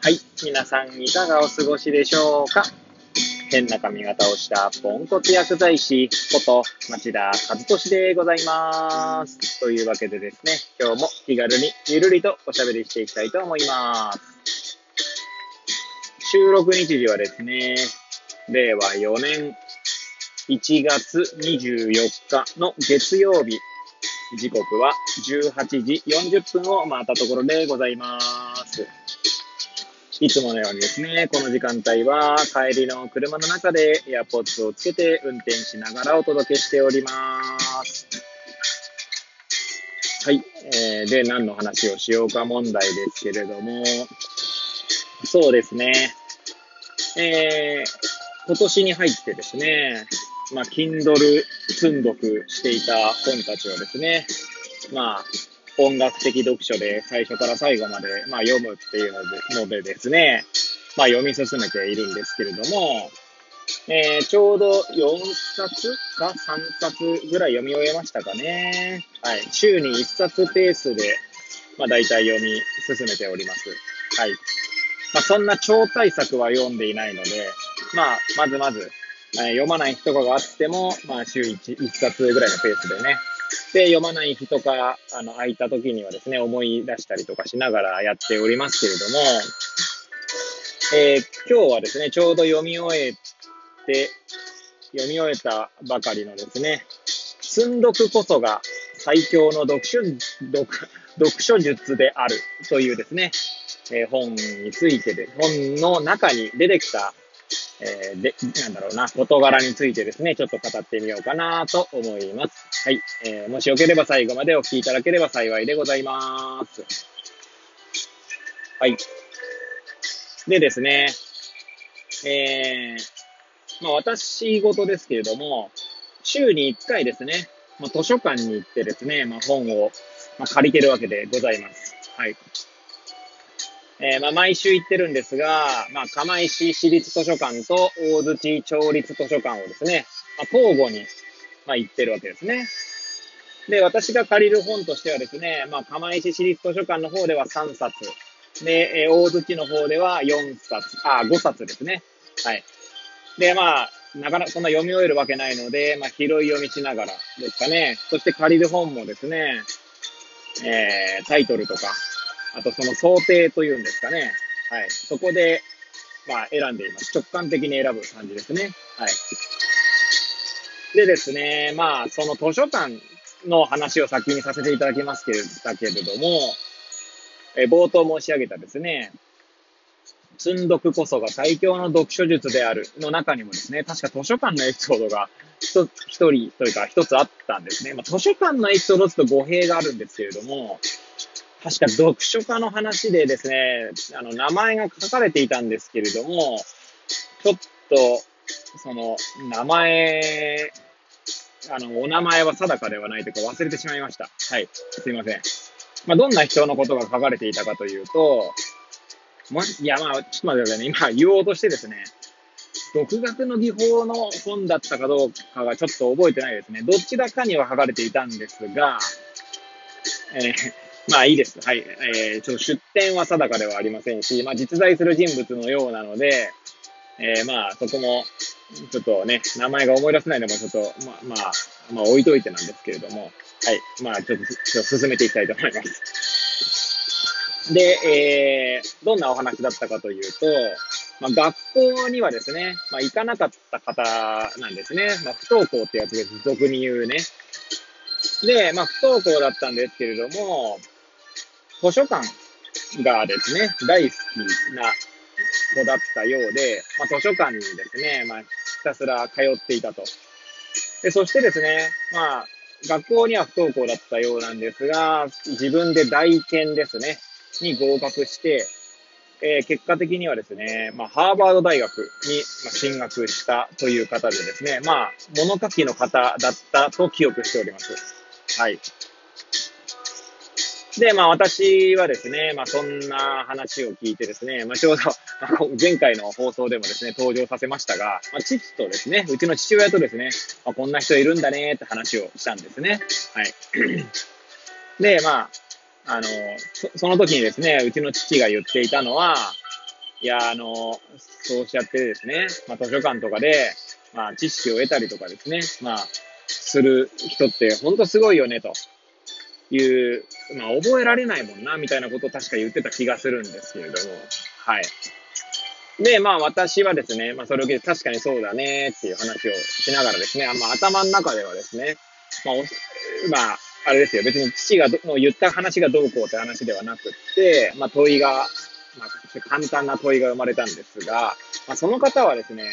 はい。皆さんいかがお過ごしでしょうか？変な髪型をしたポンコツ薬剤師こと町田和俊でございます。というわけでですね、今日も気軽にゆるりとおしゃべりしていきたいと思います。収録日時はですね、令和4年1月24日の月曜日、時刻は18時40分を回ったところでございます。いつものようにですね、この時間帯は帰りの車の中でエアポッツをつけて運転しながらお届けしております。はい。で、何の話をしようか問題ですけれども、そうですね。今年に入ってですね、Kindle 積読していた本たちをですね、音楽的読書で最初から最後まで、読むっていうのでですね、読み進めているんですけれども、ちょうど4冊か3冊ぐらい読み終えましたかね。はい。週に1冊ペースで、大体読み進めております。はい。そんな超大作は読んでいないので、まず、読まない日とかがあっても、週1冊ぐらいのペースでね。で、読まない日とか、空いた時にはですね、思い出したりとかしながらやっておりますけれども、今日はですね、ちょうど読み終えたばかりのですね、積読こそが最強の読書術であるというですね、本についてで、本の中に出てきた、事柄についてですね、ちょっと語ってみようかなと思います。はい。もしよければ最後までお聞きいただければ幸いでございます。はい。でですね、私事ですけれども、週に1回ですね、図書館に行ってですね、本を、借りてるわけでございます。はい。毎週行ってるんですが、釜石市立図書館と大槌町立図書館をですね、交互に、行ってるわけですね。で、私が借りる本としてはですね、釜石市立図書館の方では3冊。で、大槌の方では5冊ですね。はい。で、なかなかそんな読み終えるわけないので、拾い読みしながらですかね。そして借りる本もですね、タイトルとか、あとその想定というんですかね。はい。そこで、選んでいます。直感的に選ぶ感じですね。はい。でですね、その図書館の話を先にさせていただきますけれども、冒頭申し上げたですね、積読こそが最強の読書術であるの中にもですね、確か図書館のエピソードが一人というか一つあったんですね。図書館のエピソードと語弊があるんですけれども、確か読書家の話でですね、名前が書かれていたんですけれども、ちょっと、その、お名前は定かではないというか忘れてしまいました。はい。すいません。どんな人のことが書かれていたかというと、ちょっと待ってくださいね。今言おうとしてですね、独学の技法の本だったかどうかがちょっと覚えてないですね。どちらかには書かれていたんですが、いいです。はい。ちょっと出典は定かではありませんし、実在する人物のようなので、そこも、ちょっとね、名前が思い出せないのもちょっと、置いといてなんですけれども、はい。ちょっと進めていきたいと思います。で、どんなお話だったかというと、学校にはですね、行かなかった方なんですね。不登校ってやつです。俗に言うね。で、不登校だったんですけれども、図書館がですね、大好きな子だったようで、図書館にですね、ひたすら通っていたと。で、そしてですね、学校には不登校だったようなんですが、自分で大検ですね、に合格して、結果的にはですね、ハーバード大学に進学したという方でですね、物書きの方だったと記憶しております。はい。で、私はですね、そんな話を聞いてですね、ちょうど、前回の放送でもですね、登場させましたが、父とですね、うちの父親とですね、こんな人いるんだねって話をしたんですね。はい。で、その時にですね、うちの父が言っていたのは、 いや、そうしちゃってですね、図書館とかで、知識を得たりとかですね、する人ってほんとすごいよね、という、覚えられないもんな、みたいなことを確か言ってた気がするんですけれども、はい。で、私はですね、それを聞いて確かにそうだねっていう話をしながらですね、頭の中ではですね、まあ、あれですよ、別に父がの言った話がどうこうって話ではなくって、問いが、簡単な問いが生まれたんですが、その方はですね、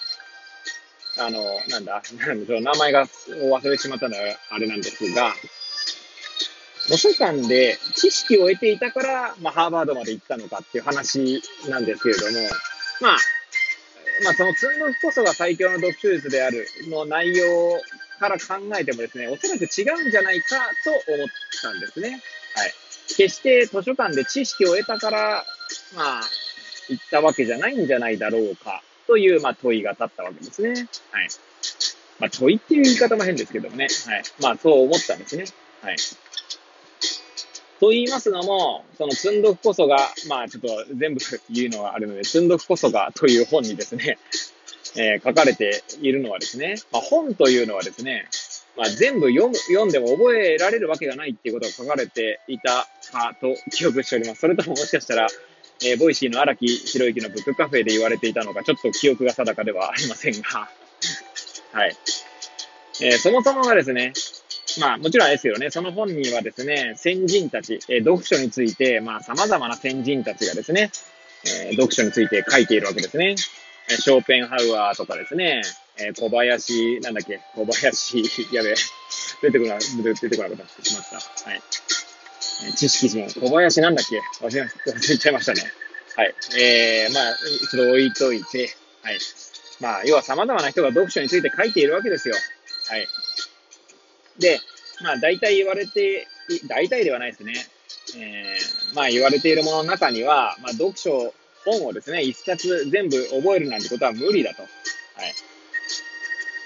なんでしょう、名前が忘れてしまったのはあれなんですが、図書館で知識を得ていたから、ハーバードまで行ったのかっていう話なんですけれども、まあ、その積んどくこそが最強の読書術であるの内容から考えてもですね、おそらく違うんじゃないかと思ったんですね。はい。決して図書館で知識を得たから、行ったわけじゃないんじゃないだろうかという、問いが立ったわけですね。はい。問いっていう言い方も変ですけどもね。はい。そう思ったんですね。はい。と言いますのも、その積んどくこそが、ちょっと全部言うのはあるので、積んどくこそがという本にですね、書かれているのはですね、本というのはですね、全部読んでも覚えられるわけがないっていうことが書かれていたかと記憶しております。それとももしかしたら、ボイシーの荒木博之のブックカフェで言われていたのか、ちょっと記憶が定かではありませんが、はい。そもそもがですね、もちろんですよね、その本にはですね、先人たち、読書について、様々な先人たちがですね、読書について書いているわけですね。ショーペンハウアーとかですね、小林、小林、やべえ、出てこなかったしまった。はい。知識人、小林忘れちゃいましたね。はい。一度置いといて、はい。要は様々な人が読書について書いているわけですよ。はい。で、大体大体ではないですね。言われているものの中には、本をですね、一冊全部覚えるなんてことは無理だと。はい。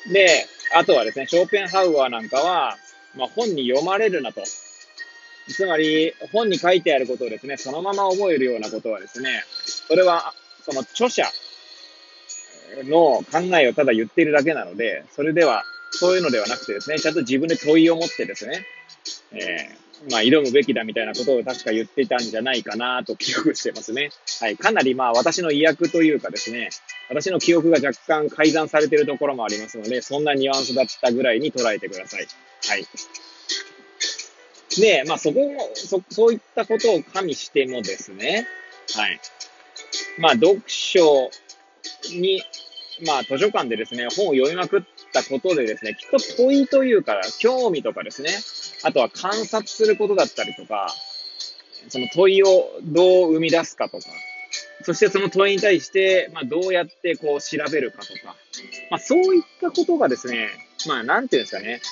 で、あとはですね、ショーペンハウアーなんかは、本に読まれるなと。つまり、本に書いてあることをですね、そのまま覚えるようなことはですね、それは、その著者の考えをただ言っているだけなので、そういうのではなくてですね、ちゃんと自分で問いを持ってですね、挑むべきだみたいなことを確か言っていたんじゃないかなと記憶してますね。はい。かなり私の意訳というかですね、私の記憶が若干改ざんされているところもありますので、そんなニュアンスだったぐらいに捉えてください。はい。で、そういったことを加味してもですね、はい。読書に、図書館でですね、本を読みまくったことでですね、きっと問いというか、興味とかですね、あとは観察することだったりとか、その問いをどう生み出すかとか、そしてその問いに対して、どうやってこう調べるかとか、そういったことがですね、なんていうんですかね、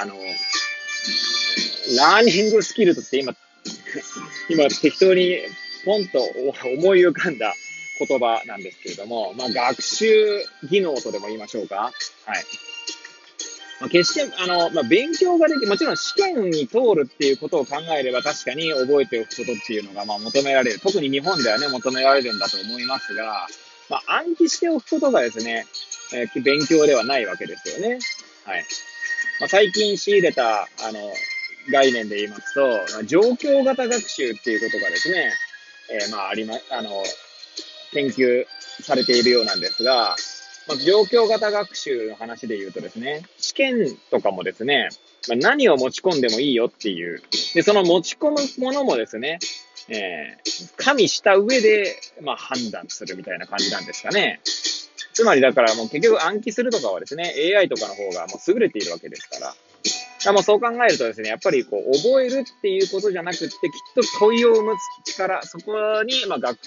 ラーニングスキルとって今適当にポンと思い浮かんだ言葉なんですけれども、学習技能とでも言いましょうか。はい。決して、勉強ができ、もちろん試験に通るっていうことを考えれば確かに覚えておくことっていうのが、求められる。特に日本ではね、求められるんだと思いますが、暗記しておくことがですね、勉強ではないわけですよね。はい。最近仕入れた、概念で言いますと、状況型学習っていうことがですね、研究されているようなんですが、状況型学習の話で言うとですね、試験とかもですね、何を持ち込んでもいいよっていう。で、その持ち込むものもですね、加味した上で、判断するみたいな感じなんですかね。つまりだからもう結局暗記するとかはですね、AI とかの方がもう優れているわけですから。もうそう考えるとですね、やっぱりこう覚えるっていうことじゃなくって、きっと問いを生む力、そこに、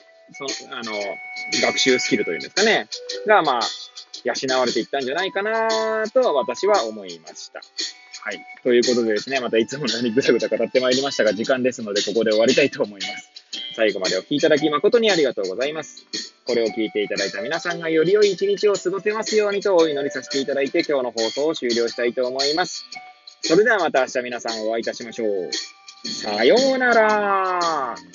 学習スキルというんですかね、が、養われていったんじゃないかなと私は思いました。はい。ということでですね、またいつものようにぐだぐだ語ってまいりましたが、時間ですので、ここで終わりたいと思います。最後までお聞きいただき誠にありがとうございます。これを聞いていただいた皆さんがより良い一日を過ごせますようにとお祈りさせていただいて、今日の放送を終了したいと思います。それではまた明日皆さんお会いいたしましょう。さようなら。